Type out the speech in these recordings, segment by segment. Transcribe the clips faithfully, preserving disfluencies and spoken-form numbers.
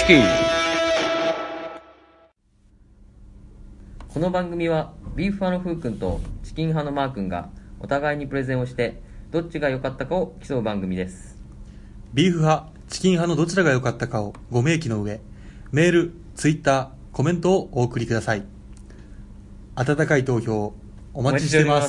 チキン。この番組はビーフ派のふうくんとチキン派のマーくんがお互いにプレゼンをしてどっちが良かったかを競う番組です。 ビーフ派、チキン派のどちらが良かったかをご明記の上、メール、ツイッター、コメントをお送りください。温かい投票お待ちしています。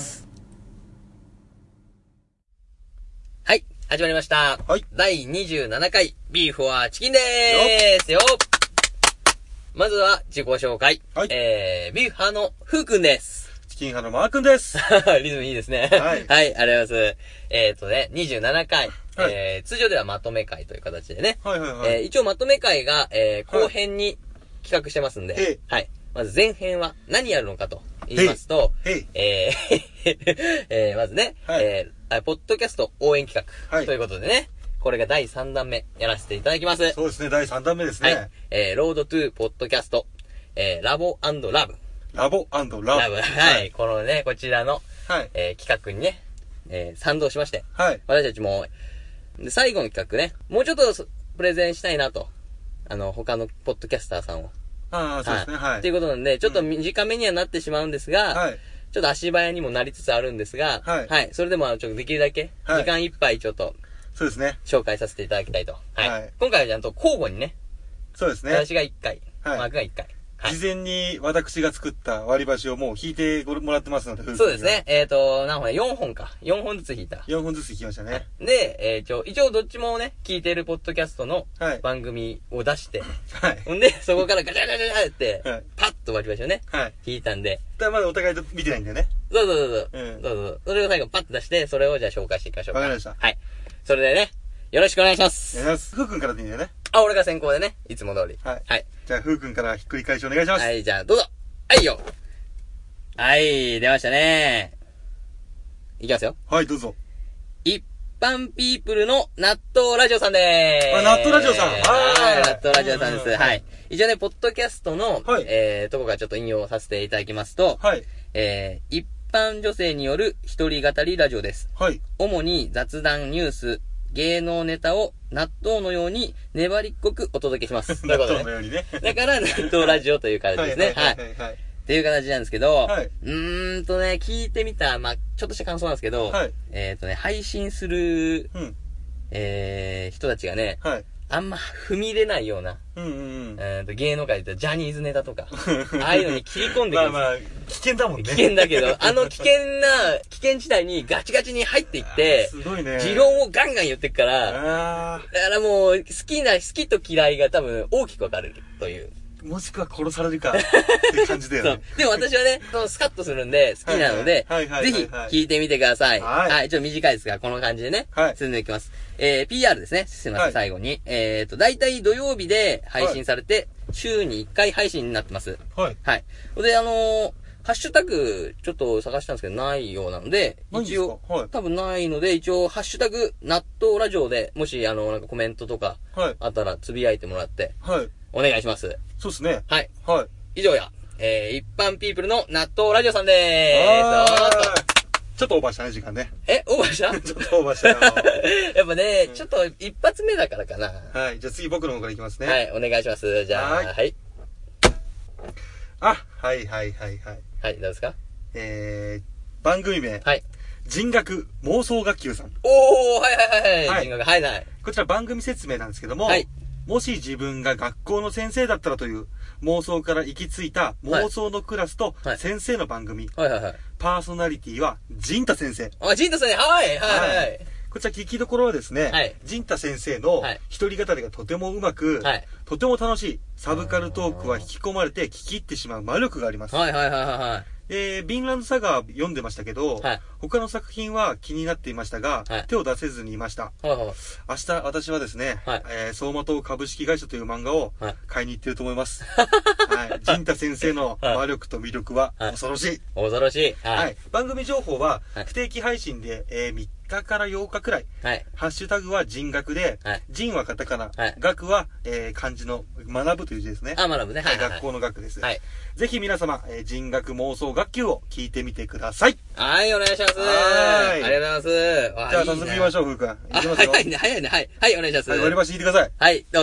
はい、始まりました。 はい。 だいにじゅうななかいビーフはチキンでーすよ。まずは自己紹介。 はい。 えー、ビーフ派のふうくんです。 チキン派のマーくんです。 リズムいいですね。 はい。 はい、ありがとうございます。えーとね、にじゅうななかい。 はい、 えー、通常ではまとめ会という形でね。 はいはいはい。 えー、一応まとめ会が、えー、後編に企画してますんで。 はい。 はい。まず前編は何やるのかと言いますと、 えー、えー、まずね、 はい、 えー、ポッドキャスト応援企画。はい。ということでね。これがだいさんだんめやらせていただきます。 そうですね、だいさんだんめですね。 はい。えー、ロードトゥーポッドキャスト、えー、ラボ&ラブ。 ラボ&ラブ。 ラブ。はい。はい、このね、こちらの、はい。えー、企画にね、えー、賛同しまして。はい。私たちも、で、最後の企画ね、もうちょっとプレゼンしたいなと。あの、他のポッドキャスターさんを。 ああ、そうですね、はい。 ということなんで、ちょっと短めにはなってしまうんですが、はい。ちょっと足早にもなりつつあるんですが、はい。はい。それでも、ちょっとできるだけ、時間いっぱいちょっと、そうですね。紹介させていただきたいと。はい。はい、今回はちゃんと交互にね。そうですね。私がいっかい。はい。マークがいっかい。 はい。事前に私が作った割り箸をもう引いてもらってますので。 そうですね。えっ、ー、と、何本よんほんか。よんほんずつ引いた。 よんほんずつ引きましたね。はい、 で、えー、一応、一応どっちもね、聞いてるポッドキャストの番組を出して。はい。ほんで、そこからガチャガチャガチャって、はい、パッと割り箸をね、はい。引いたんで。 だからまだお互いと見てないんだよね。 そうそうそうそう。うん。そうそう。それを最後パッと出して、それをじゃあ紹介していきましょうか。 わかりました。 はい。それでね、よろしくお願いします。 お願いします。ふうくんからでいいんだよね。 あ、俺が先行でね。いつも通り。 はい。はい。じゃあ、ふうくんからひっくり返しお願いします。 はい、じゃあ、どうぞ。はいよ。はい、出ましたね。いきますよ。 はい、どうぞ。 一般ピープルの納豆ラジオさんでーす。 あ、納豆ラジオさん。はい。 納豆ラジオさんです。はい。一応ね、ポッドキャストの、はい、えー、とこからちょっと引用させていただきますと、はい。えー、一般女性による一人語りラジオです。はい。主に雑談、ニュース、芸能ネタを納豆のように粘りっこくお届けします。 納豆のようにね。 だから納豆ラジオという感じですね。はい。はい。っていう形なんですけど、はい、うーんとね、聞いてみた、まあ、ちょっとした感想なんですけど、はい、えっとね、配信する、うん、えー、人たちがね、はい、あんま踏み入れないような、うんうんうん、えーと芸能界で言ったらジャニーズネタとか、ああいうのに切り込んでくるんですよ。まあまあ、 危険だもんね。 危険だけど、あの危険な、危険地帯にガチガチに入っていって、 すごいね。 持論をガンガン言ってくから、だからもう、好きな、好きと嫌いが多分大きく分かれるという。 もしくは殺されるかって感じだよね。そう。 でも私はね、スカッとするんで好きなので、ぜひ聞いてみてください。はい。はい。ちょっと短いですが、この感じでね、はい、進んでいきます。えー、ピーアール ですね。すみません、はい、最後に。えーと、だいたい土曜日で配信されて、週にいっかい配信になってます。はい。はい。で、あのー、ハッシュタグ、ちょっと探したんですけど、ないようなので、一応、はい、多分ないので、一応、ハッシュタグ、納豆ラジオで、もし、あの、なんかコメントとか、あったら、つぶやいてもらって、はい。お願いします。 そうですね。 はい。はい。以上や、えー、一般ピープルの納豆ラジオさんでーす。 ちょっとオーバーしたね、時間ね。 え、オーバーしたちょっとオーバーしたよ。 やっぱね、うん、ちょっと一発目だからかな。 はい。じゃあ次僕の方からいきますね。 はい、お願いします。じゃあ、はい。はい、 あ、はいはいはいはい。 はい、何ですか？ えー、番組名。はい。人学妄想学級さん。 おー、はいはいはい。はい。人学、はいはい。 こちら番組説明なんですけども、はい。もし自分が学校の先生だったらという妄想から行き着いた妄想のクラスと先生の番組。はいはいはい。パーソナリティは陣太先生。 あ、陣太先生、はいはいはい。 こちら聞きどころはですね、はい、陣太先生の一人語りがとてもうまく、はい、とても楽しいサブカルトークは引き込まれて聞き入ってしまう魔力があります。はいはいはいはい。えー、ビンランドサガー読んでましたけど、はい、他の作品は気になっていましたが、はい、手を出せずにいました。はいはい、明日私はですね、はい、えー、走馬灯株式会社という漫画を買いに行ってると思います。はい。陣太先生の魔力と魅力は恐ろしい。はい、 恐ろしい。 はい。はい、番組情報は不定期配信で、えー、みっかからようかくらい。はい。ハッシュタグは人学で、はい。人はカタカナ。はい。学は、えー、漢字の学ぶという字ですね。 あ、学ぶね。 はい。学校の学です。はい。ぜひ皆様、えー、人学妄想学級を聞いてみてください。 はい、お願いします。はい。ありがとうございます。 じゃあ、早速行きましょう、ふうくん。行きますよ。 早いね、早いね。はい。はい、お願いします。はい、 割り箸引いてください。 はい、どうぞ。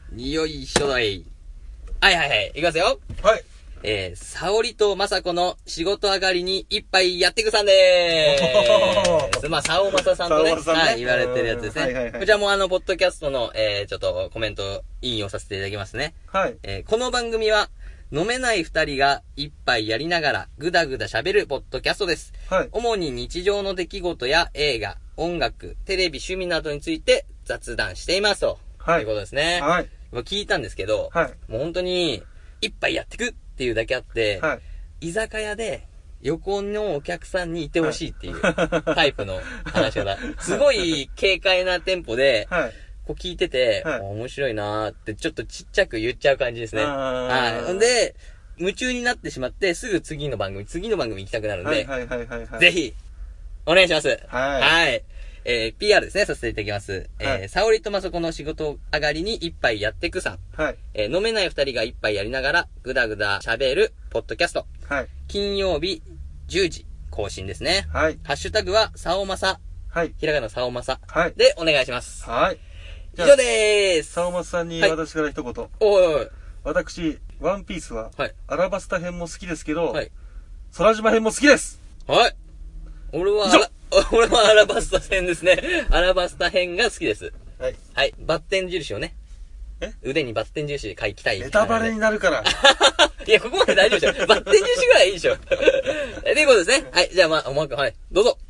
よいしょだい。はいはいはい。いきますよ。 はい。 えー、沙織と雅子の仕事上がりに一杯やってくさんでーす。まあ、沙尾正さんとね、ねはい、言われてるやつですね。はいはいはい、こちらもあの、ポッドキャストの、えー、ちょっとコメント引用させていただきますね。 はい。 えー、この番組は、飲めない二人が一杯やりながらぐだぐだ喋るポッドキャストです。 はい。 主に日常の出来事や映画、音楽、テレビ、趣味などについて雑談していますと。はい。ということですね。 はい。 聞いたんですけど、はい。もう本当に、一杯やってくっていうだけあって、はい。居酒屋で横のお客さんにいてほしいっていうタイプの話し方。すごい軽快なテンポで、はい。こう聞いてて、はい、面白いなーってちょっとちっちゃく言っちゃう感じですね。はい。で、夢中になってしまって、すぐ次の番組、次の番組行きたくなるんで、はいはいはいはい、はい。ぜひ、お願いします。はい。はい。えー、ピーアール ですね、させていただきます。はい、えー、沙織とまさこの仕事上がりに一杯やってくさん。はい。えー、飲めない二人が一杯やりながら、ぐだぐだ喋る、ポッドキャスト。はい。金曜日、じゅうじ、更新ですね。はい。ハッシュタグは、さおまさ。はい。ひらがなさおまさ。はい。で、お願いします。 はい。 以上でーす。 さおまさんに私から一言。はい、 おいおい。 私、ワンピースは、はい。アラバスタ編も好きですけど、はい。空島編も好きです。 はい。俺は、俺はアラバスタ編ですね。アラバスタ編が好きです。はい。はい。バッテン印をね。え腕にバッテン印書きたい。 ネタバレになるから。 いや、ここまで大丈夫でしょ。バッテン印ぐらいいいでしょ。ということですね。はい。じゃあ、まあ、おまく、はい。どうぞ。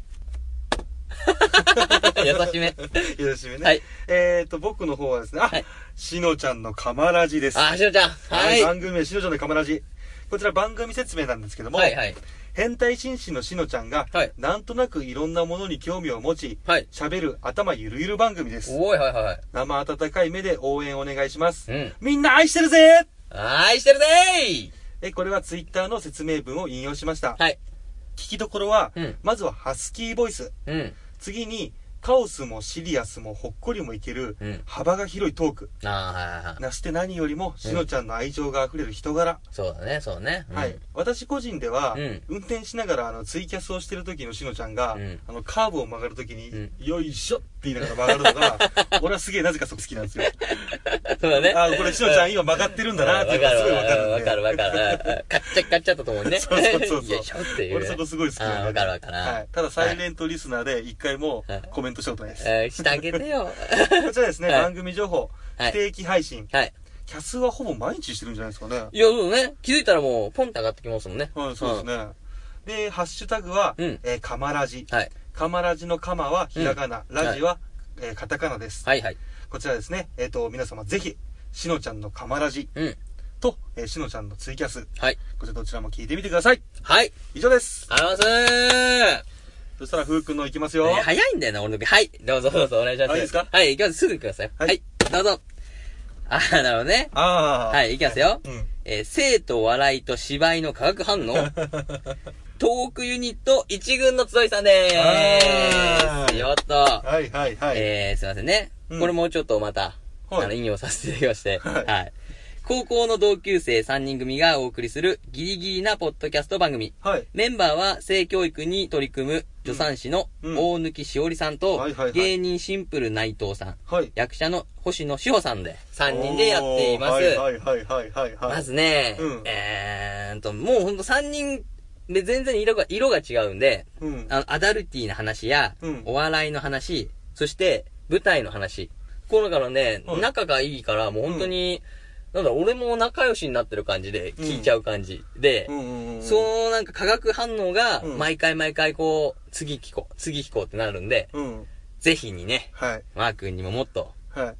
優しめ。 優しめね。はい。えっと、僕の方はですね、あ、はい、しのちゃんのカマラジです。 あ、しのちゃん。はい。 番組名、しのちゃんのカマラジ。こちら番組説明なんですけども、はいはい。変態紳士のしのちゃんが、はい、なんとなくいろんなものに興味を持ち、はい、喋る頭ゆるゆる番組です。 おいはいはい。 生温かい目で応援お願いします。うん、みんな愛してるぜ愛してるぜーえ、これはツイッターの説明文を引用しました。はい。聞きどころは、うん、まずはハスキーボイス。うん。次に、カオスもシリアスもほっこりもいける、うん、幅が広いトーク。ああ、はいはいはい。なして何よりも、しのちゃんの愛情が溢れる人柄。うん、 そうだね、そうね。 うん、はい。私個人では、うん、運転しながら、あの、ツイキャスをしてる時のしのちゃんが、うん、あの、カーブを曲がる時に、うん、よいしょって言いながら曲がるのが、俺はすげえなぜかそこ好きなんですよ。 そうだね。 あ、これしのちゃん今曲がってるんだなっていうのがすごいわかるんで。 わかるわかる。カッチャカッチャとともにね。 そうそうそうそう。 よいしょっていう。 俺そこすごい好きなんで。 わかるわかる。はい。ただ、サイレントリスナーで一回もコメントしたことないです。 えー、してあげてよ。 こちらですね、番組情報、不定期配信。はい。キャスはほぼ毎日してるんじゃないですかね。 いや、そうね。気づいたらもう、ポンって上がってきますもんね。 はい、そうですね。で、ハッシュタグは、え、カマラジ。はい。カマラジのカマはひらがな、ラジは、え、カタカナです。はいはい。こちらですね、えっと、皆様ぜひ、しのちゃんのカマラジ。うん。と、えー、しのちゃんのツイキャス。はい。こちらどちらも聞いてみてください。はい。以上です。 ありがとうございます。 そしたら、ふうくんの行きますよ。 えー、早いんだよな、俺の時。はい。どうぞどうぞ、お願いします。 はい、いいですかはい、行きます。すぐ行きますよ。はい。はい、どうぞ。あー、なるほどね。あー。はい、行きますよ。うん。えー、生と笑いと芝居の化学反応。トークユニット一軍の集いさんでーす。よっと。 はいはいはい。 えー、すいませんね。うん、これもうちょっとまた、はい、あの、引用させていただきまして。はい。はい。高校の同級生さんにん組がお送りするギリギリなポッドキャスト番組。はい。メンバーは性教育に取り組む助産師の大貫しおりさんと、芸人シンプル内藤さん、はい、役者の星野志保さんでさんにんでやっています。はいはいはいはいはい、はい。まずね、うん、えーっと、もうほんとさんにんで全然色が、色が違うんで、うん、あのアダルティーな話や、うん、お笑いの話、そして舞台の話。このからね、はい、仲がいいからもう本当に、うんなんだろ、俺も仲良しになってる感じで聞いちゃう感じ、うん、で、うんうんうん、そのなんか化学反応が毎回毎回こう、次聞こう、次聞こうってなるんで、うん、ぜひにね、はい、マー君にももっと、はい、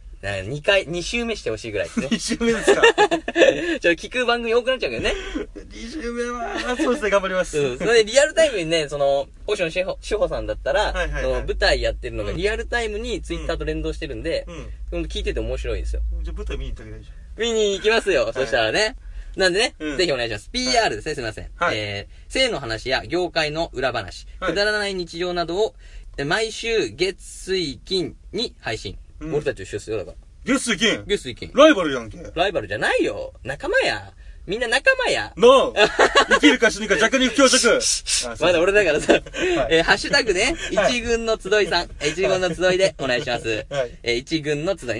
にかい、に週目してほしいぐらいですね。 に週目ですかちょっと聞く番組多くなっちゃうけどね。 に週目は、そうですね、頑張ります。 うん。それでリアルタイムにね、その、星野志保、志保さんだったら、はいはいはい、その舞台やってるのがリアルタイムにツイッターと連動してるんで、うん、聞いてて面白いですよ。 じゃあ舞台見に行ったわけないじゃん。 見に行きますよ。はい、そしたらね。なんでね、うん、ぜひお願いします。ピーアール ですね、すいません。はい、えー、性の話や業界の裏話、はい、くだらない日常などを、毎週月水金に配信。うん、俺たち一緒ですよ、だから。 月水金月水金。 ライバルやんけ。 ライバルじゃないよ。仲間や。みんな仲間や。 の生きるか死ぬか弱肉強食。 まだ俺だからさ、はい、えー、ハッシュタグね、一軍の集いさん、はい、一軍の集いでお願いします。はい、えー、一軍の集いね。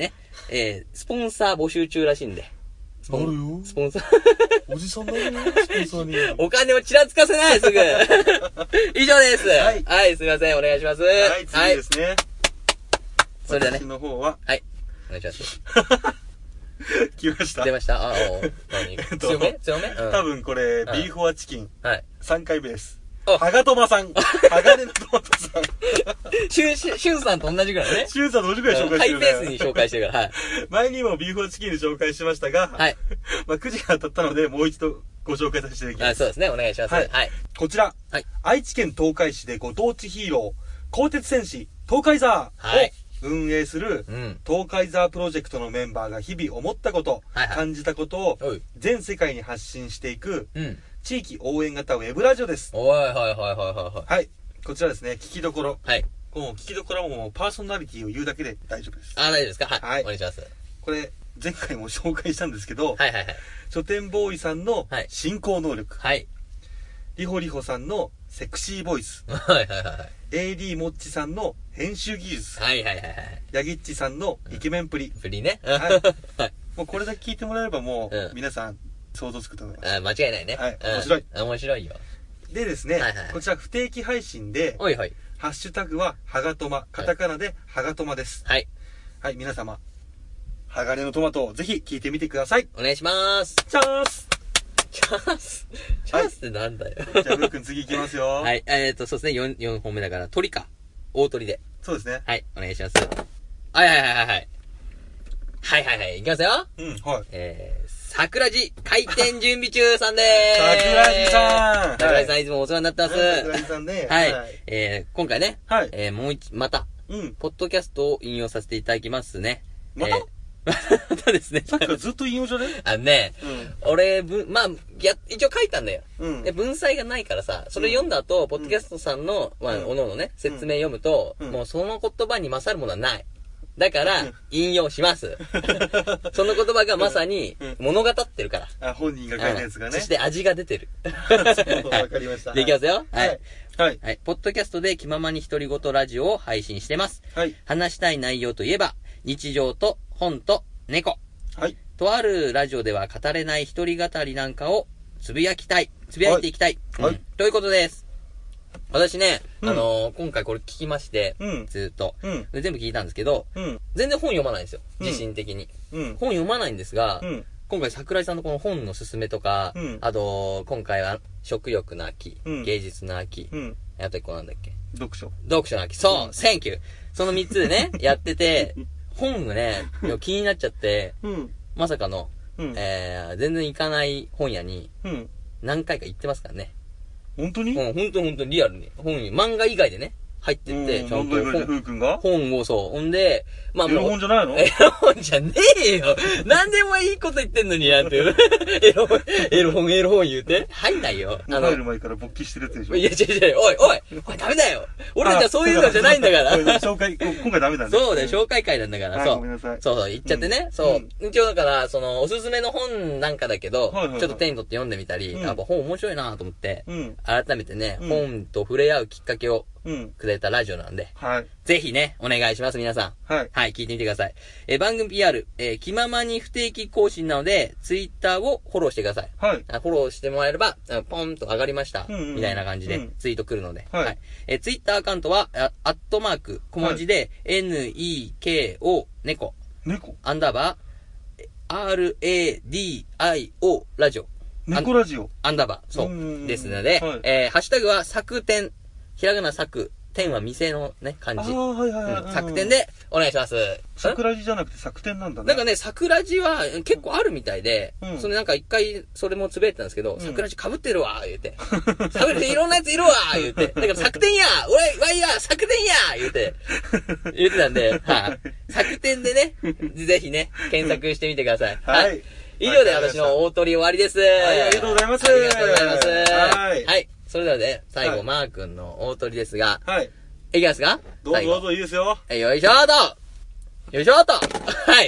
えー、スポンサー募集中らしいんで。 なるよ。 スポンサー。 おじさんなるよ、スポンサーに。 お金をちらつかせない、すぐ。以上です。はい。はい、すみません、お願いします。 はい、次ですね。はい、 それではね。 私の方は。 はい。お願いします。 来ました。 出ました。ああ、何強め強め、 うん、多分これ、ビーフォアチキン。はい。さんかいめです。はがとまさん。はがねのトマトさん。 シュン、シュンさんと同じぐらいね。 シュンさんと同じぐらい紹介してる、 ね。ハイペースに紹介してるから、はい。 前にもビーフォアチキンで紹介しましたが、はい。まあ、くじが当たったので、もう一度ご紹介させていただきます。 あ、そうですね。お願いします。はい。はい、 こちら。はい。愛知県東海市でご当地ヒーロー、鋼鉄戦士、東海ザー。はい。運営する、東海ザープロジェクトのメンバーが日々思ったこと、はいはい、感じたことを全世界に発信していく、うん、地域応援型ウェブラジオです。 はいはいはいはいはい。 はい。こちらですね、聞きどころ。はい。この聞きどころももうパーソナリティを言うだけで大丈夫です。 あ、大丈夫ですか？はい。はい、お願いします。 これ、前回も紹介したんですけど、はいはいはい。書店ボーイさんの進行能力。はい。リホリホさんのセクシーボイス。はいはいはい。エーディー モッチさんの編集技術。はいはいはいはい。ヤギッチさんのイケメンプリ。 プリね。 はい。もうこれだけ聞いてもらえればもう、皆さん想像つくと思います。 あ、間違いないね。 はい。面白い。 面白いよ。 でですね、こちら不定期配信で、はいはい。ハッシュタグはハガトマ、カタカナでハガトマです。はい。はい、皆様、鋼のトマトをぜひ聞いてみてください。 お願いします。 チャースチャースチャースってなんだよ。 じゃあ、ふうくん次行きますよ。 はい。えっと、そうですね。よん、よんほんめだから、鳥か。大鳥で。 そうですね。 はい。お願いします。はいはいはいはい。はいはいはい。いきますよ。うん、はい。えー、桜地開店準備中さんでーす。 桜地さん。 桜地さんいつもお世話になってます。 桜地さんね。 はい。えー、今回ね。はい。えー、もう一、また。うん。ポッドキャストを引用させていただきますね。 またそうですね。 さっきからずっと引用じゃねあのね、うん、俺、ぶ、まあ、や、一応書いたんだよ。うん。で、文才がないからさ、それ読んだ後、うん、ポッドキャストさんの、まあ、おのおのね、説明読むと、うん、もうその言葉に勝るものはない。だから、引用します。その言葉がまさに物語ってるから。 あ、本人が書いたやつがね。 そして味が出てる。 わかりました。 で、いきますよ。はい。はい。はい。ポッドキャストで気ままに独り言ラジオを配信してます。はい。話したい内容といえば、日常と本と猫。はい。とあるラジオでは語れない一人語りなんかをつぶやきたい。つぶやいていきたい。はい。うん、ということです。私ね、うん、あのー、今回これ聞きまして、うん、ずっと、うん、全部聞いたんですけど、うん、全然本読まないんですよ。自信的に。うん、本読まないんですが、うん、今回桜井さんのこの本の勧めとか、うん、あと、今回は食欲の秋、うん、芸術の秋、うん、あと一個なんだっけ読書。 読書の秋。そう、うん、センキュー。その三つでね、やってて、本がね、気になっちゃって、うん、まさかの、うん、えー、全然行かない本屋に、何回か行ってますからね。 本当に？ うん、本当に本当にリアルに。本、漫画以外でね、入ってって、 ちゃんと本。漫画以外でふうくんが本をそう。ほんで、 まあもう。エロ本じゃないの？ エロ本じゃねえよ。何でもいいこと言ってんのにやって。エロ本、エロ本、エロ本言うて。入んないよ。 あの。入る前から勃起してるやつでしょ。 いや、違う違う。おい、おい、おい、ダメだよ。俺たちはそういうのじゃないんだから。 紹介、今回ダメだね。 そうだよ、紹介会なんだから。そう。 ごめんなさい。 そうそう、言っちゃってね。そう。一応だから、その、おすすめの本なんかだけど、ちょっと手に取って読んでみたり、やっぱ本面白いなと思って、改めてね、本と触れ合うきっかけをくれたラジオなんで、はい。ぜひね、お願いします、皆さん。はい。はい、聞いてみてください。えー、番組 ピーアール、えー、気ままに不定期更新なので、ツイッターをフォローしてください。はい。フォローしてもらえれば、ポンと上がりました。うんうん、みたいな感じで、ツイート来るので。はい。はい、えー、ツイッターアカウントは、アットマーク、小文字で、はい、エヌイーケーオー、猫。 猫。 アンダーバー、アールエーディーアイオー、ラジオ。 猫ラジオ。 アンダーバー、そう。ですので、はい、えー、ハッシュタグは、作天、ひらがな作、天は店のね、漢字。ああ、はいはいはい。作天でお願いします。 桜地じゃなくて作天なんだね。 なんかね、桜地は結構あるみたいで、うん、それなんか一回それもつぶやいてたんですけど、うん、桜地被ってるわ、言うて。桜地いろんなやついるわ、言うて。だから作天や俺、わいや作天や言うて。言ってたんで、はい。作天でね、ぜひね、検索してみてください。はい。以上で私の大取り終わりです。はい、 ありがとうございます。 ありがとうございます。はい。はい。それではね、最後、はい、マー君の大取りですが、はい。いきますか？ どうぞどうぞいいですよ。 よいしょーとよいしょーとはい。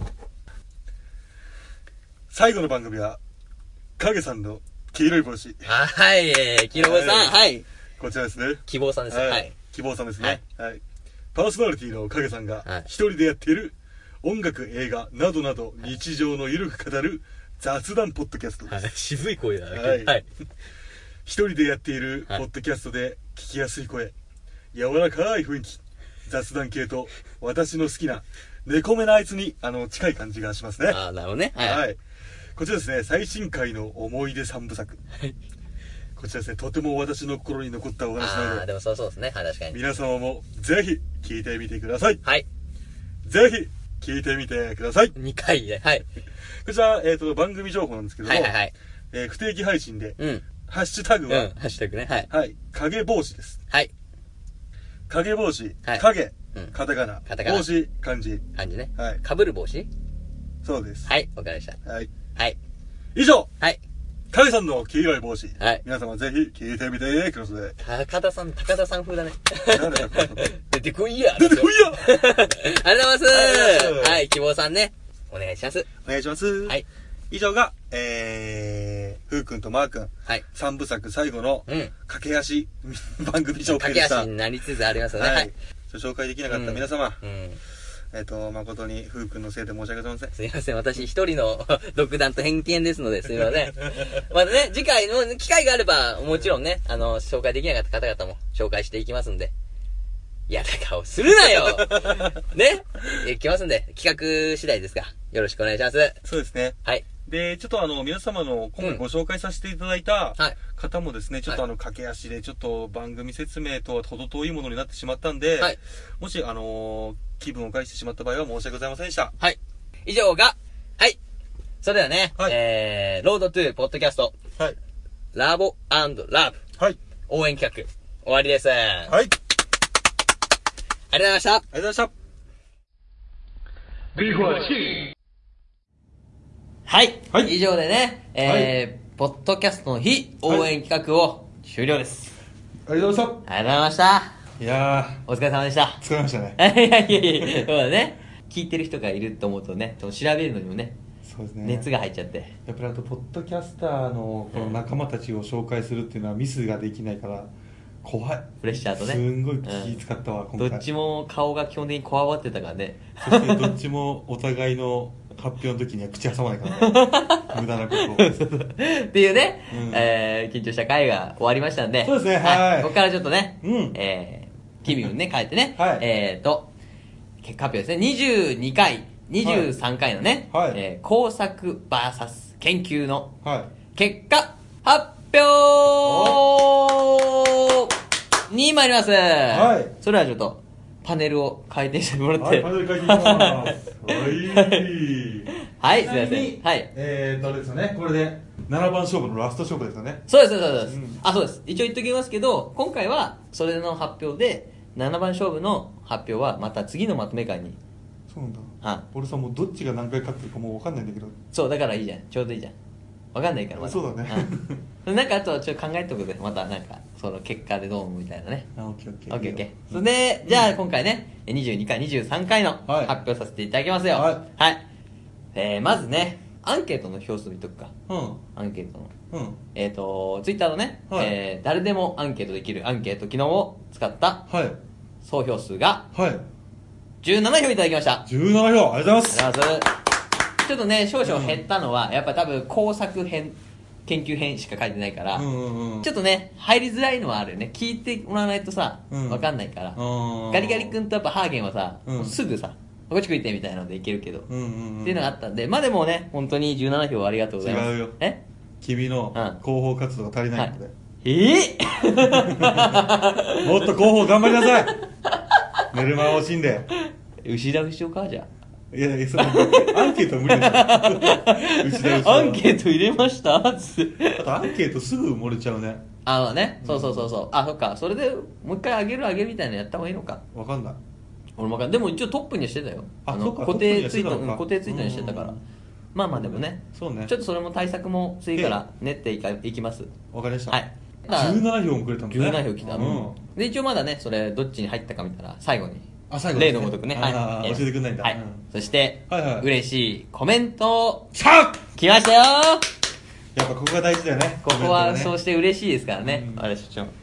最後の番組は、影さんの黄色い帽子。 はい、えー、黄色い帽子さん、はい。 こちらですね。 希望さんです。はい。 希望さんですね。はい。パーソナリティの影さんが、一人でやっている、 音楽、映画などなど日常のゆるく語る雑談ポッドキャストです。 はい、渋い声だね。 はい。はい、一人でやっているポッドキャストで聞きやすい声、柔らかい雰囲気、雑談系と私の好きな猫目なあいつにあの近い感じがしますね。 ああ、なるほどね。 はい。はい、こちらですね、最新回の思い出三部作。はい。こちらですね、とても私の心に残ったお話なので。 ああ、でもそうそうですね。はい、確かに。 皆様もぜひ聞いてみてください。 はい。 ぜひ聞いてみてください。 にかいで、はい。 こちら、えっと、番組情報なんですけども、 はいはいはい。 えー、不定期配信で、 うん。 ハッシュタグは、 うん、ハッシュタグね。はい。 はい。影帽子です。 はい。 影帽子、 はい、 影、 うん、 カタカナ、 カタカナ、 帽子、漢字。 漢字ね。 はい。 かぶる帽子？ そうです。 はい、わかりました。 はい。 はい。 以上。 はい。 影さんの黄色い帽子。 はい。 皆様ぜひ聞いてみてください。 高田さん、高田さん風だね。出てこいや。 出てこいや。 ありがとうございます。はい、希望さんね。お願いします。 お願いします。はい。以上が、えー、ふうくんとまーくん。はい。三部作最後の、うん。駆け足、番組紹介でした。 駆け足になりつつありますよね。はい。 紹介できなかった皆様。うん。えっと、誠に、ふうくんのせいで申し訳ございません。 すいません。私一人の独断と偏見ですので、すいません。またね、次回の機会があれば、もちろんね、あの、紹介できなかった方々も紹介していきますんで。嫌な顔するなよね、いきますんで、企画次第ですが、よろしくお願いします。 そうですね。はい。で、ちょっとあの、皆様の今回ご紹介させていただいた方もですね、うん、ちょっとあの、駆け足で、ちょっと番組説明とは程遠いものになってしまったんで、はい、もし、あのー、気分を害してしまった場合は申し訳ございませんでした。 はい。以上が、はい。それではね、はい、えー、ロードトゥーポッドキャスト、はい。ラボ&ラブ、はい。応援企画、終わりです。はい。ありがとうございました。 ありがとうございました。ビーフォーチーはい、はい、以上でね、えーはい、ポッドキャストの日応援企画を終了です。 はい、ありがとうございました。 ありがとうございました。 いやー、お疲れ様でした。 疲れましたね。 いやいやいや、そうだね。聞いてる人がいると思うとね、調べるのにもね、そうですね、熱が入っちゃって。 やっぱりあと、ポッドキャスターのこの仲間たちを紹介するっていうのはミスができないから、怖い。 プレッシャーとね。 すんごい気使ったわ、うん、 今回。どっちも顔が基本的にこわばってたからね。 そしてどっちもお互いの発表の時には口挟まないからね。無駄なことを。 っていうね、うん、えー、緊張した回が終わりましたんで。 そうですね、はい。はい、 ここからちょっとね、うん、えー、気分ね、変えてね、はい、えーと、結果発表ですね。にじゅうにかい、にじゅうさんかいのね、はい、えー、工作 ブイエス 研究の結果発表に参ります。はい。それはちょっと、パネルを回転してもらって。はい、パネル回転します。はい。はい、すいません。はい。えーと、あれですよね。これで、ななばん勝負のラスト勝負ですよね。そうです、そうです、そうです。うん、あ、そうです。一応言っときますけど、今回は、それの発表で、ななばん勝負の発表は、また次のまとめ会に。そうなんだ。はい。俺さ、もうどっちが何回勝ってるかもう分かんないんだけど。そう、だからいいじゃん。ちょうどいいじゃん。分かんないからまだ。そうだね。うん、なんかあとはちょっと考えとくで、またなんか、その結果でどう思うみたいなね。あ、オッケーオッケー。オッケーオッケー。それで、じゃあ今回ね、にじゅうにかい、にじゅうさんかいの発表させていただきますよ。はい。はい。えー、まずね、アンケートの票数見とくか。うん。アンケートの。うん。えっと、ツイッターのね、はい、えー、誰でもアンケートできるアンケート機能を使った、はい。総票数が、はい。じゅうななひょういただきました。じゅうななひょう、ありがとうございます。ありがとうございます。ちょっとね、少々減ったのは、やっぱ多分工作編、研究編しか書いてないから、うんうんうん、ちょっとね、入りづらいのはあるよね。聞いてもらわないとさ、うん、わかんないから。ガリガリ君とやっぱハーゲンはさ、うん、すぐさ、こっち食いてみたいなのでいけるけど、うんうんうん、っていうのがあったんで、まあでもね、本当にじゅうななひょうありがとうございます。違うよ。え君の広報活動が足りないので。はい、えー、もっと広報頑張りなさい。寝る間を惜しんで。牛田牛尾かじゃあ。いやいや、そのアンケートは無理ですよ。アンケート入れましたつって。あとアンケートすぐ漏れちゃうね。あのね、そうそうそうそう。あ、そっか。それでもう一回あげるあげるみたいなのやった方がいいのか。わかんない。俺もわかんない。でも一応トップにしてたよ。あ、あの固定ツイート、固定ツイートにしてたから。まあまあでもね。そうね。ちょっとそれも対策も次から練っていかいきます。わかりました。はい。じゅうななひょうもくれたんだね。じゅうななひょう来た。うん。で、一応まだね、それどっちに入ったか見たら最後に。あ、最後例のごとくね。はい。教えてくんないんだ。はい。そして、はいはい。嬉しいコメント。さあ来ましたよ。やっぱここが大事だよね。ここはそうして嬉しいですからね。あれ、所長。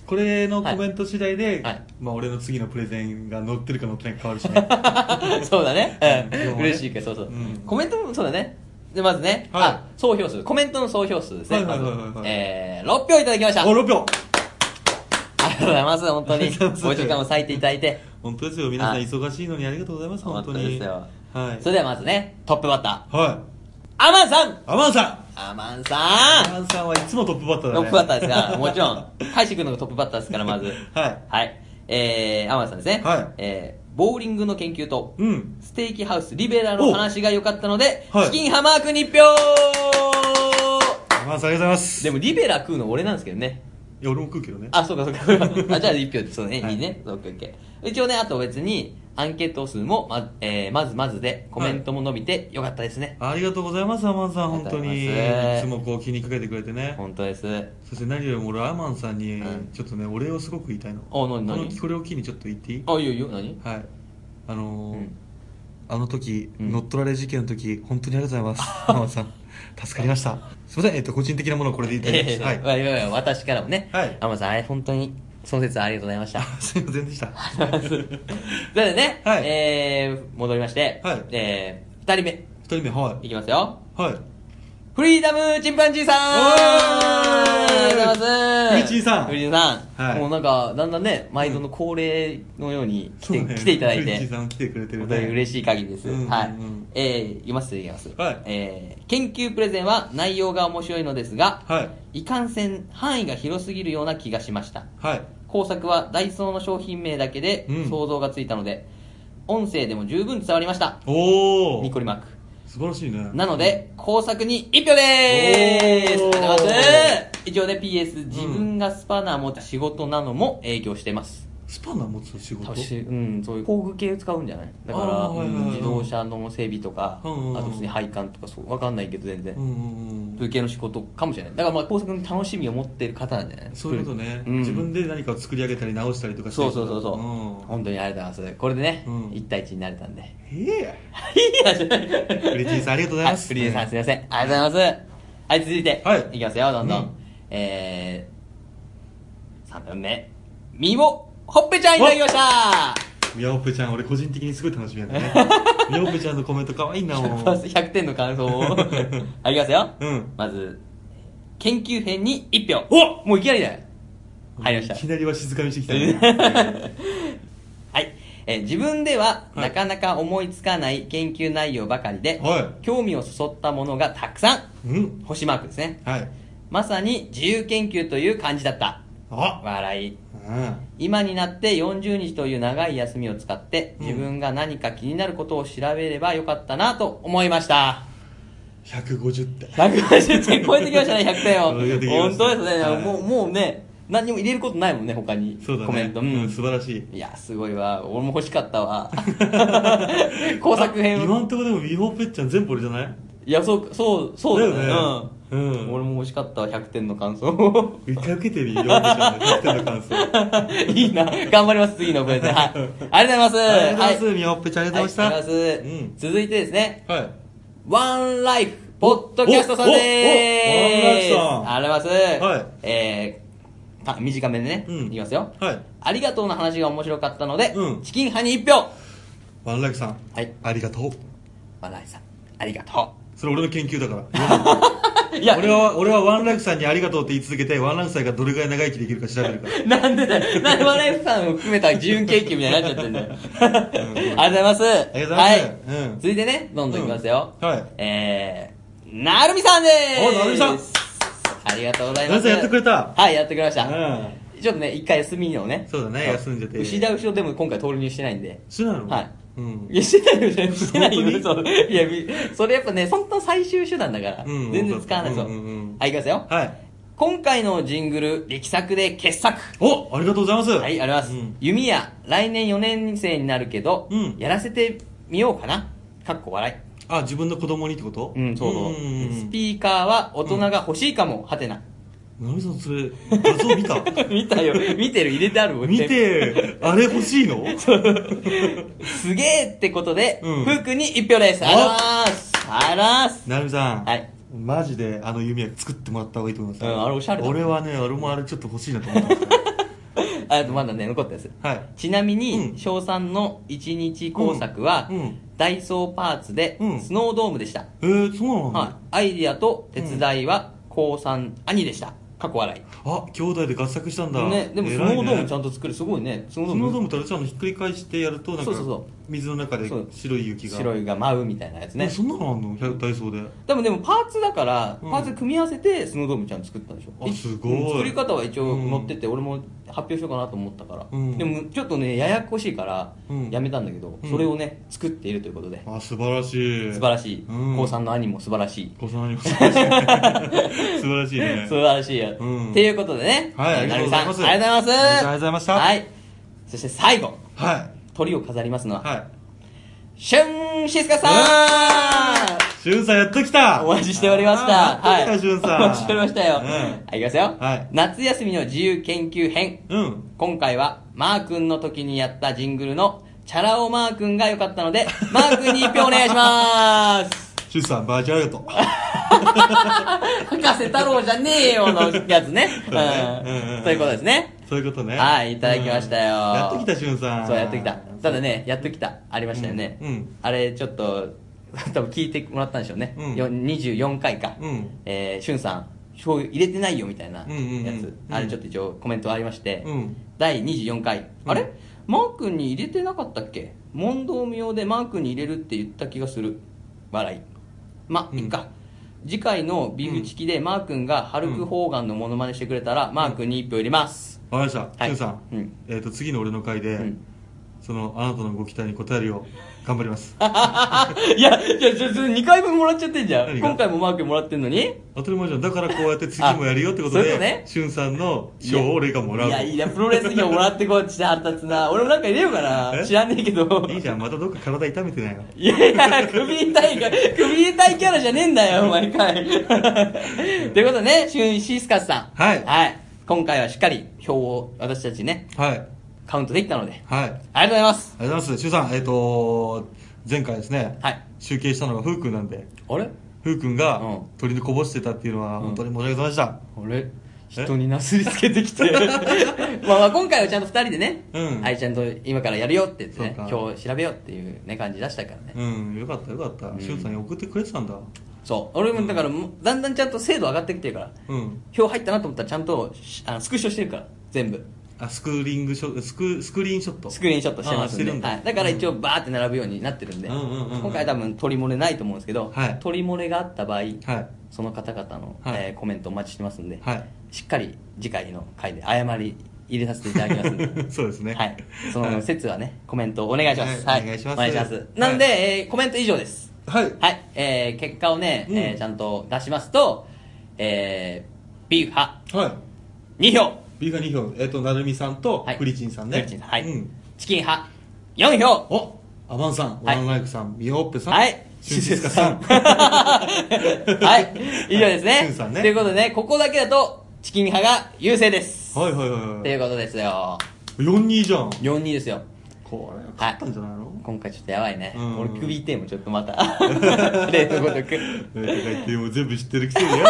これのコメント次第で、 はい、 まあ俺の次のプレゼンが載ってるか載ってないか変わるしね。 そうだね。うん。嬉しいか、そうそう。うん、コメントもそうだね。で、まずね、はい、あ、総票数。コメントの総票数ですね。はいはいはいはい、まず。えー、ろっぴょういただきました。 お、ろっぴょう。 ありがとうございます、本当に。ご時間を割いていただいて。 本当ですよ。皆さん忙しいのにありがとうございます、本当に。本当ですよ。 はい。それではまずね、トップバッター。 はい。 アマンさんアマンさんアマンさんアマンさんはいつもトップバッターだね。 トップバッターですから、もちろん。大志くんのトップバッターですから、まず。 はい。 はい。えー、アマンさんですね。はい。えー、ボーリングの研究と、うん。ステーキハウス、リベラの話が良かったので、はい。チキンハマークに一票アマンさんありがとうございます。 でもリベラ食うの俺なんですけどね。 いや、俺も食うけどね。 あ、そうかそうか。あ、じゃあ一票で、そうね、はい、いいね。そう、オッケーオッケー。一応ね、あと別に、アンケート数もま、えー、まずまずで、コメントも伸びてよかったですね。 はい、ありがとうございます、アマンさん、本当に。いつもこう気にかけてくれてね。 本当です。 そして何よりも俺、アマンさんに、ちょっとね、お礼をすごく言いたいの。 あ、なになに？ これを機にちょっと言っていい？ あ、いいよいいよ、何？ はい。あのー、うん、あの時、うん、乗っ取られ事件の時、本当にありがとうございます、アマンさん。助かりました。すみません、えっと、個人的なものをこれでいただきました。 はい。いやいや、私からもね。はい。アマンさん、あれ、本当に、その説はありがとうございました。 すいませんでした。 それでね、はい、えー、戻りまして、はい、えー、二人目。 二人目、はい。 いきますよ。 はい。 フリーダムチンパンジーさんありがとうございます。 フリチンさん。 フリチンさん。はい。もうなんか、だんだんね、毎度の恒例のように来て、うん、来ていただいて。 フリチンさん来てくれてるね。 本当に嬉しい限りです。うんうん、はい。えー、読ませていただきます。はい。えー、研究プレゼンは内容が面白いのですが、はい。いかんせん範囲が広すぎるような気がしました。はい。工作はダイソーの商品名だけで想像がついたので、うん、音声でも十分伝わりました。 おー。 ニッコリマーク。 素晴らしいね。 なので、工作に一票でーす。ありがとうございます。一応ね、ピーエス、自分がスパナー持った仕事なのも影響してます。 スパナー持つ仕事？ うん、そういう工具系使うんじゃない？だから、うん、自動車の整備とか、うんうんうん、あと普通に配管とか、そう、わかんないけど全然。うんうんうん、そういう系の仕事かもしれない。だからまあ、工作に楽しみを持ってる方なんじゃない？ そういうことね、うん。自分で何かを作り上げたり直したりとかしてそうそうそうそう、うん。本当にありがとうございます。これでね、うん、いち対いちになれたんで。 へえ。いいやじゃない。 フリチンさんありがとうございます。 フリチンさんすいません。ありがとうございます。はい、続いて。はい。いきますよ、どんどん。うん、えー、さんばんめ。みもほっぺちゃんいただきました。 みやほっぺちゃん、俺個人的にすごい楽しみなんだね。みやほっぺちゃんのコメント可愛いな、もう。 ひゃくてんの感想を。ありますよ。うん。まず、研究編にいち票。おもういきなりだよ。入りました。 いきなりは静かにしてきたね。はい。えー、自分ではなかなか思いつかない研究内容ばかりで、はい、興味をそそったものがたくさん。うん。星マークですね。はい。まさに自由研究という感じだった。あ笑い。うん、今になってよんじゅうにちという長い休みを使って自分が何か気になることを調べればよかったなと思いました。 ひゃくごじゅってん。 ひゃくごじゅってん超えてきましたね、ひゃくてんを。本当ですね、はい、もう、もうね、何にも入れることないもんね、他に。 そうだね。 コメント。 うん、うん、素晴らしい。 いや、すごいわ。俺も欲しかったわ。工作編。 今んとこでもミホペッちゃん全部俺じゃない？ いや、そう、そう、そうだね。 だよね。うん。 俺も欲しかったわ、ひゃくてんの感想。 一回受けてみよう、ひゃくてんの感想。 いいな。頑張ります、次のプレゼン。はい。ありがとうございます。 ありがとうございます。みほっぺちゃんありがとうございました。 ありがとうございます。うん。続いてですね。はい。ワンライフ、ポッドキャストさんでーす。ワンライフさん。ありがとうございます。はい。えー、短めでね、うん、いきますよ。はい。ありがとうの話が面白かったので、うん、チキン派にいち票。 ワンライフさん。はい。ありがとう。 ワンライフさん。ありがとう。 それ俺の研究だから。いや、俺は、俺はワンライフさんにありがとうって言い続けて、ワンライフさんがどれぐらい長生きできるか調べるから。 なんでだよ。なんでワンライフさんを含めた自由研究みたいになっちゃってんだよ。うん、ありがとうございます。ありがとうございます。はい。うん、続いてね、どんどんいきますよ。うん、はい。えー、なるみさんでーす。 お、なるみさん。 ありがとうございます。 なるみさんやってくれた。 はい、やってくれました。うん。ちょっとね、一回休みをね。 そうだね、休んじゃって。 牛田後ろでも今回投入してないんで。 してないの？ はい。うん、いや、してないよ、してないよ。そう。いや、それやっぱね、本当の最終手段だから、うん、全然使わないですよ。うんうんうん、はい、いきますよ。はい。今回のジングル、力作で傑作。 お、ありがとうございます。 はい、ありがとうございます。うん、弓矢、来年よねん生になるけど、うん、やらせてみようかな。かっこ笑い。 あ、自分の子供にってこと？ うん、そうそう。スピーカーは大人が欲しいかも、はてな。 なみさん、それ、画像見た？ 見たよ。見てる、入れてある。 見て、あれ欲しいの？ すげえってことで、うん、ふうくんに一票です。ありがとうございます。ありがとうございます。 なみさん。はい。マジで、あの弓矢作ってもらった方がいいと思います。 うん、あれおしゃれだ。 俺はね、俺もあれちょっと欲しいなと思ってました。 あとまだね、残ったやつ。 はい。 ちなみに、翔さんの一日工作は、ダイソーパーツで、スノードームでした。 えー、そうなんだ。はい。 アイディアと手伝いは、高さん兄でした。過去笑い。 あ、兄弟で合作したんだ。 ね、でもスノードームちゃんと作る、すごいね。 スノードームとちゃんとひっくり返してやると、なんか、水の中で白い雪が。 白いが舞うみたいなやつね。 そんなのあんのダイソーで。 多分でもパーツだから、パーツ組み合わせてスノードームちゃん作ったんでしょ。 あ、すごい。 作り方は一応載ってて、俺も発表しようかなと思ったから。でもちょっとね、ややこしいから、やめたんだけど、それをね、作っているということで。 あ、素晴らしい。 素晴らしい。高さんの兄も素晴らしい。 高さんの兄も素晴らしい。素晴らしいね。 素晴らしいや。っていうことでね。 はい、ありがとうございます。 ありがとうございます。ありがとうございました。 はい。そして最後。 はい。 鳥を飾りますのは。 はい。 しゅんしすかさんしゅんさんやっと来たお待ちしておりました。 はい。しゅんさん。 お待ちしておりましたよ。はい、いきますよ。はい。夏休みの自由研究編。うん。今回は、マー君の時にやったジングルの、チャラ男マー君が良かったので、マー君に一票お願いしまーす。 しゅんさん、バージョンありがとう。 博士太郎じゃねえよのやつね。うん。そういうことですね。 そういうことね。 はい、いただきましたよ。 やっと来た、しゅんさん。 そう、やっと来た。ただね、やっと来た。ありましたよね。うん。あれ、ちょっと、多分聞いてもらったんでしょうね。うん。にじゅうよんかいか。うん。えー、しゅんさん、醤油入れてないよみたいなやつ。あれちょっと一応コメントありまして。うん。だいにじゅうよんかい。あれマー君に入れてなかったっけ問答無用でマー君に入れるって言った気がする。笑い。ま、いっか。次回のビフチキでマー君がハルク・ホーガンのモノマネしてくれたら、マー君に一票入れます。 わかりました。しゅんさん。えっと、次の俺の回で、その、あなたのご期待に応えるよう、頑張ります。 いや、いや、ちょ、ちょ、にかいぶんもらっちゃってんじゃん。今回もマー君もらってんのに当たり前じゃん。だからこうやって次もやるよってことで、しゅんさんの賞を俺がもらう。 いや、いや、プロレス票もらってこうって腹立つな。俺もなんか入れようかな。知らねえけど。 いいじゃん、またどっか体痛めてないよ。 いやいや、首痛いか、首痛いキャラじゃねえんだよ、毎回。ということでね、シュンシースカスさん。 はい。 はい。今回はしっかり票を私たちね。 はい。 カウントできたので。 はい。ありがとうございます。 ありがとうございます。シュウさん、えっと、前回ですね。 はい。 集計したのがフー君なんで。 あれフー君が鳥にこぼしてたっていうのは本当に申し訳ございました。 あれ人になすりつけてきて。まあまあ今回はちゃんと二人でね、うん。あいちゃんと今からやるよって言ってね、今日調べようっていうね、感じ出したからね。 うん、よかったよかった。シュウさんに送ってくれてたんだ。 そう。俺もだから、だんだんちゃんと精度上がってきてるから。うん。票入ったなと思ったらちゃんと、あのスクショしてるから、全部。 あ、スクリーンショット、スク、スクリーンショット。 スクリーンショットしてますんで。はい。だから一応バーって並ぶようになってるんで、今回多分取り漏れないと思うんですけど、はい、取り漏れがあった場合、はい、その方々の、はい、えー、コメントお待ちしてますんで、はい、しっかり次回の回で謝り入れさせていただきますんで。 そうですね。 はい。その説はね、コメントお願いします。 はい。お願いします。 お願いします。なんで、えー、コメント以上です。 はい。 はい。えー、結果をね、えー、ちゃんと出しますと、えー、ビーフ派。はい。に票。 ビーフ派に票。えっと、なるみさんと、フリチンさんね。 フリチンさん。はい。チキン派。よん票。 おアバンさん、ワンライフさん、ミオッペさん。 はい。 シュンシスカさん。 はい。以上ですね。 シュンさんね。 ということでね、ここだけだと、チキン派が優勢です。 はいはいはい。 ということですよ。 よんにじゃん。 よんにですよ。 これ、勝ったんじゃないの？ 今回ちょっとやばいね。俺首痛いもん、ちょっとまた。例のごとく。 とか言っても全部知ってるくせによ。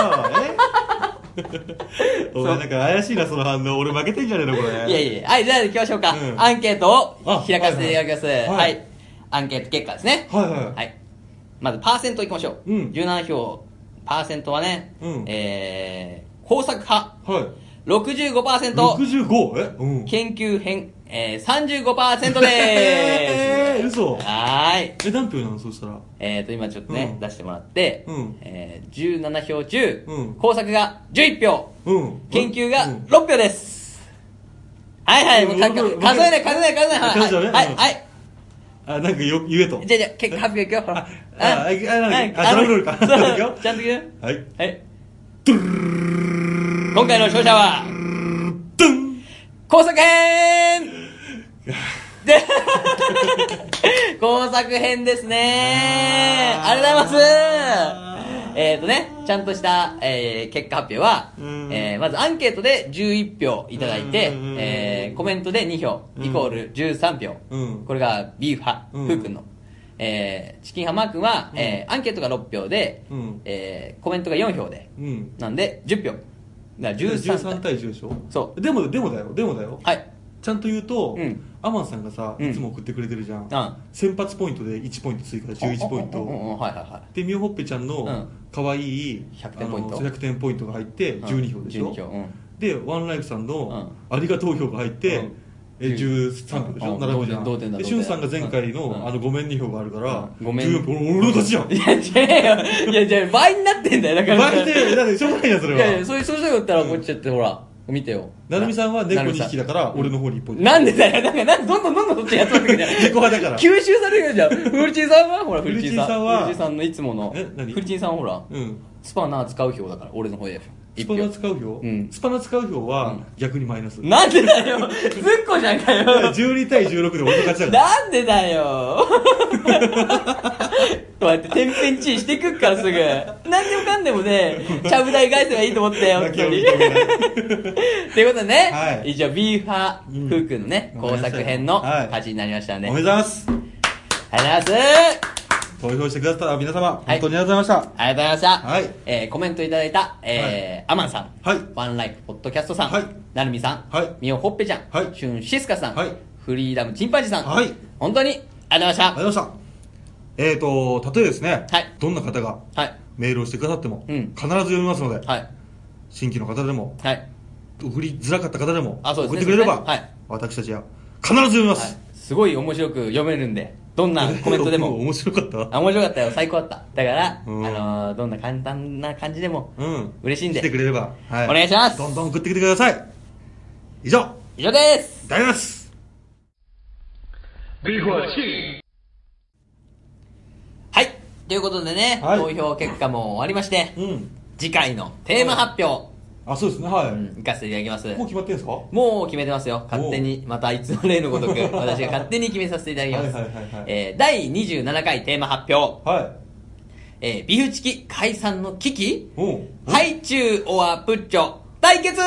お前なんか怪しいな、その反応。俺負けてんじゃねえの、これ。 いやいや。はい、じゃあ行きましょうか。アンケートを開かせていただきます。はい。アンケート結果ですね。 はいはい。 はい。まずパーセントいきましょう。うん。じゅうなな票。パーセントはね、えー、工作派。はい。ろくじゅうごパーセント。 ろくじゅうご？ えうん。研究編、えー、さんじゅうごパーセントでーす。 えー、嘘。 はーい。 え、何票なのそしたら。 えーと、今ちょっとね、出してもらって、うん。えー、じゅうなな票中、うん。工作がじゅういち票。うん。研究がろっ票です。はいはい、もう数えない、数えない、数えない、はい。はい、はい。 あ、なんかよ、言えと。 じゃじゃ、結果発表いくよ、ほら。 あ、あ、あ、なんか、あ、ドラムロールか。 ちゃんといくよ。ちゃんといくよ。 はい。 はい。今回の勝者は、 ドン工作編で、工作編ですねー。ありがとうございます。えーとね、ちゃんとした、えー、結果発表は、えー、まずアンケートでじゅういち票いただいて、えー、コメントでに票、イコールじゅうさん票。これがビーフ派、フー君の。えー、チキン派マー君は、えー、アンケートがろく票で、えー、コメントがよん票で、なんでじゅっ票。だからじゅうさん対じゅうでしょ。 そう。 でも、でもだよ、でもだよ。 はい。 ちゃんと言うと、うん、アマンさんがさ、いつも送ってくれてるじゃん、うん、先発ポイントでいちポイント追加でじゅういちポイントでみおほっぺちゃんのかわいいひゃくてんポイントひゃくてんポイントが入ってじゅうにひょうでしょ、うん、でワンライフさんのありがとう票が入って、うんえじゅうさん票でしょ、並ぶじゃん。同点だ。で、しゅんさんが前回の、あの、ごめんに票があるから、ごめん。じゅうよん票、俺の勝ちじゃん。いや、違うよ。いや、じゃあ、倍になってんだよ、だから。倍で、だってしょうがないや、それは。いやいや、そういう、そういう人がったら、こっちやって、ほら、見てよ。なるみさんは猫にひきだから、俺の方にいっぽん。なんでだよ、なんか、なんどんどんどんどんそっちやってくるじゃん。猫派だから。吸収されるじゃん。フルチンさんはほら、フルチンさんは。フルチンさんのいつもの。え、何フルチンさんはほら、うん。スパナー使う票だから、俺の方で。スパナ使う票、うん、スパナ使う票は逆にマイナス、うん、なんでだよずっこじゃんかよじゅうにたいじゅうろくで俺の勝ちだからなんでだよこうやって天変地異してくっからすぐ何でもかんでもねちゃぶ台返せばいいと思ったよ本当にということでね、はい、一応ビーファーフー君のね、うん、工作編の勝ちになりましたんで、はい、おめでとうございますありがとうございます投票してくださった皆様、はい、本当にありがとうございました。ありがとうございました。はい。えー、コメントいただいた、えー、はい、アマンさん。はい。ワンライフポッドキャストさん。はい。なるみさん。はい。みおほっぺちゃん。はい。しゅんしすかさん。はい。フリーダムチンパンジーさん。はい。本当にありがとうございました。ありがとうございました。えーと、例えですね。はい。どんな方が、はい。メールをしてくださっても、うん。必ず読みますので、はい。新規の方でも、はい。送りづらかった方でも、あ、そうですね。送ってくれれば、はい。私たちは必ず読みます。はい。すごい面白く読めるんで。どんなコメントでも面白かったあ面白かったよ最高だっただから、うん、あのー、どんな簡単な感じでも、うん、嬉しいんで来てくれれば、はい、お願いしますどんどん送ってきてください以上以上です大丈夫ですビーフォーチーはいということでね、はい、投票結果も終わりまして、うん、次回のテーマ発表、はいあ、そうですね、はい。うん、行かせていただきます。もう決まってんですかもう決めてますよ。勝手に、またいつも例のごとく、私が勝手に決めさせていただきます。はいはいはい、はい。えー、だいにじゅうななかいテーマ発表。はい。えー、ビフチキ解散の危機ハイチュウオアプッチョ対決ー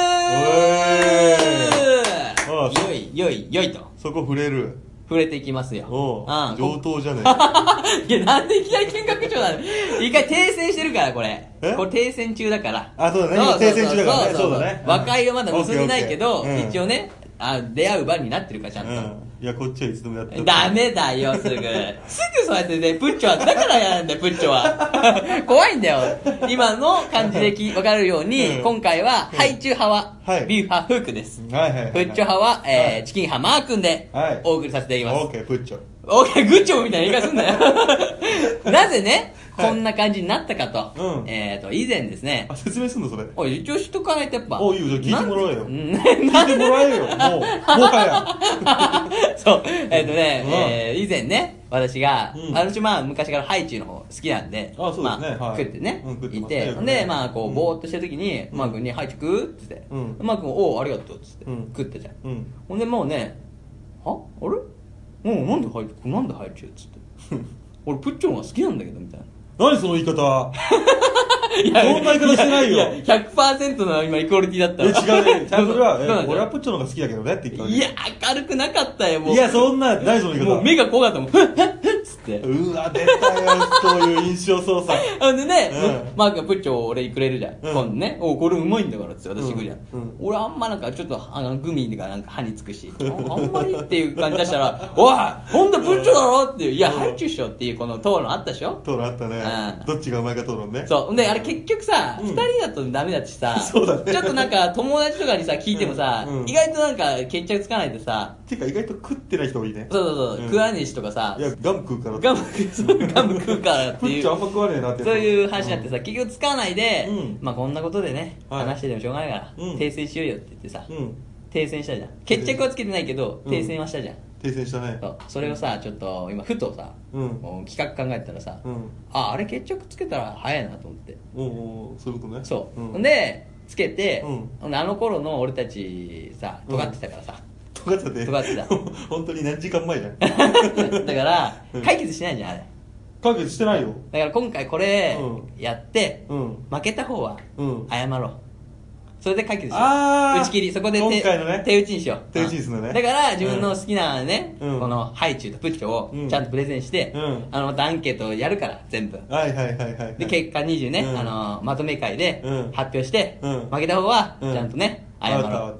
よい、よい、よいと。そこ触れる。触れていきますよ。おう。上等じゃねえ。いや、なんでいきなり見学長なの一回停戦してるから、これ。これ停戦中だから。あ、そうだね。今停戦中だからね。そうだね。和解はまだ結んでないけど、一応ね、あ、出会う場になってるから、ちゃんと。いや、こっちはいつでもやってる。ダメだよ、すぐ。すぐそうやってね、プッチョは、だからやるんだよ、プッチョは。怖いんだよ。今の感じできわかるように、今回は、ハイチュウ派は、ビーフ派フークです。はいはい。プッチョ派は、えー、チキン派マー君で、お送りさせていただきます。オーケー、プッチョ。オーケー、グッチョみたいな言い方すんだよ。なぜね、こんな感じになったかと。うん、えっと、以前ですね。あ、説明すんのそれ。おい、一応しとかないとやっぱ。おい、いいよ、じゃあ聞いてもらえよ。聞いてもらえよ、もう。もはや。そう、えっとね、えー、以前ね、私が、私まあ昔からハイチュウの方好きなんで、あ、そうですね。まあ、食ってね、いて、で、まあこう、ぼーっとしてる時に、マー君にハイチュウ食うって言って、マー君おう、ありがとうって言って、食ってじゃん。ほんでもうね、はあれもうなんでハイチュウ、なんでハイチュウっつって。俺プッチョンが好きなんだけど、みたいな。何その言い方いや、そんな言い方してないよ。いや、ひゃくパーセント の今イクオリティだったら。え、違うね。ちゃんとは、俺はプッチョの方が好きだけどねって言った。いや、明るくなかったよ、もう。いや、そんな、何その言い方。もう目が怖かったもん。ふっふっふっつって。うわ、出たよ、そういう印象操作。あんでね、マークがプッチョを俺くれるじゃん。今度ね。お、これうまいんだからって私行くじゃん。俺あんまなんかちょっと、あの、グミがなんか歯につくし、あんまりっていう感じ出したら、おいほんとプッチョだろっていう、いや、ハイチュウっしょっていうこの討論あったでしょ討論あったね。どっちがうまいか討論ね。そう。で、あれ結局さ、二人だとダメだしさ、そうだね。ちょっとなんか友達とかにさ、聞いてもさ、意外となんか決着つかないでさ、てか意外と食ってない人多いね。そうそうそう、食わねえしとかさ、いや、ガム食うから。ガム食う、ガム食うからっていう。プッチョあんま食わねえなって。そういう話になってさ、結局つかないで、まあこんなことでね、話しててもしょうがないから、停戦しようよって言ってさ、停戦したじゃん。決着はつけてないけど、停戦はしたじゃん。停戦したね。そうそれをさ、ちょっと今ふとさ、うん、企画考えたらさ、うん、ああれ決着つけたら早いなと思って。おお、そういうことね。そう、うん、でつけて、うん、あの頃の俺たちさ尖ってたからさ、うん、尖ってたね。尖ってた本当に何時間前じゃんだから解決しないじゃんあれ。解決してないよ。だから今回これやって、うん、負けた方は謝ろう。それで解決しよう。打ち切り、そこで 手,、ね、手打ちにしよう。手打ちにするのね。だから自分の好きなね、うん、このハイチュウとプッチョをちゃんとプレゼンして、うん、あのまたアンケートをやるから全部。はいはいはいはい、はい。で結果にじゅうね、うん、あのまとめ会で発表して、うん、負けた方はちゃんとね、うん、謝ろう。うん、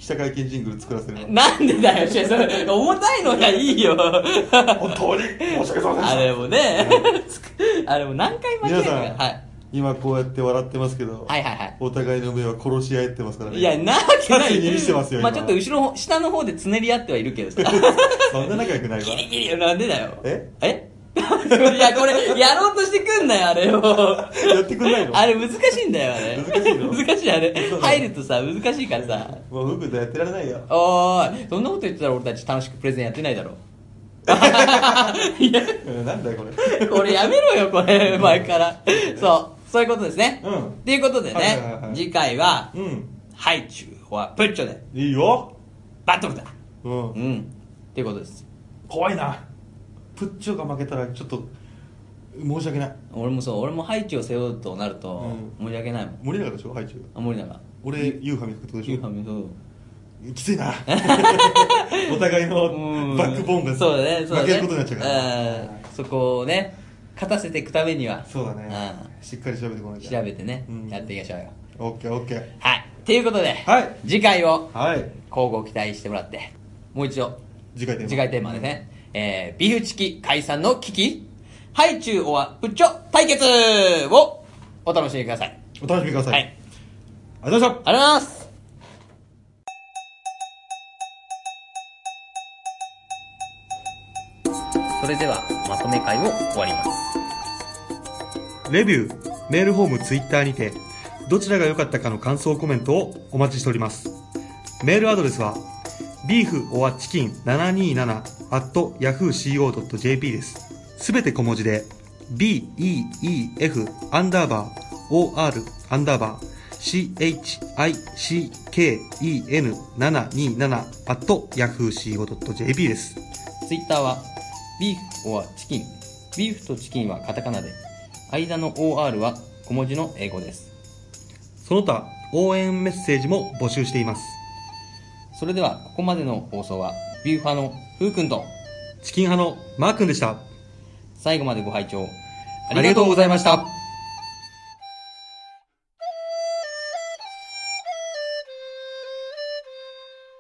記者会見ジングル作らせるの。 なんでだよ、それ重たいのがいいよ。 本当に申し訳ございません。 あれもね、あれも何回間違えたか。はい。 今こうやって笑ってますけど、 はいはいはい。 お互いの目は殺し合ってますからね。 いや、なわけない。 に見せてますよ。 まあちょっと後ろ、下の方でつねり合ってはいるけどさ。 そんな仲良くないわ。 ギリギリ、なんでだよ。 ええいや、これ、やろうとしてくんなよ、あれを。 やってくんないの？ あれ難しいんだよ、あれ。 難しいの？ 難しい、あれ。入るとさ、難しいからさ。 もうフー君とやってられないよ。 おーい、そんなこと言ってたら俺たち楽しくプレゼンやってないだろ。いや、 なんだよ、これ。 これやめろよ、これ、前から。そう。そういうことですね。 うん。 っていうことでね、はいはいはい、次回は、 うん。 ハイチュウはプッチョで。 いいよ。 バトルだ。 うん。 うん。っていうことです。 怖いな。プッチョが負けたらちょっと、申し訳ない。 俺もそう、俺もハイチュウを背負うとなると、申し訳ないもん。 森永でしょ、ハイチュウ。 あ、森永。 俺、ユーハミってことでしょ。 ユーハミ、そう。 きついな。お互いのバックボーンがそうだね、そうだね。 負けることになっちゃうから。 そこをね、勝たせていくためには。 そうだね。しっかり調べてこなきゃ。 調べてね、やっていきましょうよ。 オッケーオッケー。 はい。ということで、 はい。 次回を、 はい。 交互期待してもらって、もう一度、 次回テーマ。 次回テーマですね。えー、ビーフチキ解散の危機、ハイチュウオアプッチョ対決をお楽しみください。 お楽しみください。 はい。 ありがとうございました。 ありがとうございます。それではまとめ会を終わります。 レビュー、メールフォーム、ツイッターにてどちらが良かったかの感想コメントをお待ちしております。メールアドレスは ビーフオアチキンななにーなな アット ヤフー シーオー ドット ジェーピー です。すべて小文字で ビー イー イー エフ アンダーバー オー アール アンダーバー シー エイチ アイ シー ケー イー エヌ ななにーなな アット ヤフー シーオー ドット ジェーピー です。 ツイッターはビーフ or チキン。ビーフとチキンはカタカナで、間の オーアール は小文字の英語です。 その他、応援メッセージも募集しています。 それでは、ここまでの放送は、ビーフ派のふうくんと、 チキン派のマーくんでした。 最後までご拝聴ありがとうございました。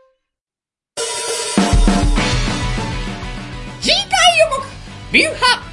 次回予告ビューハ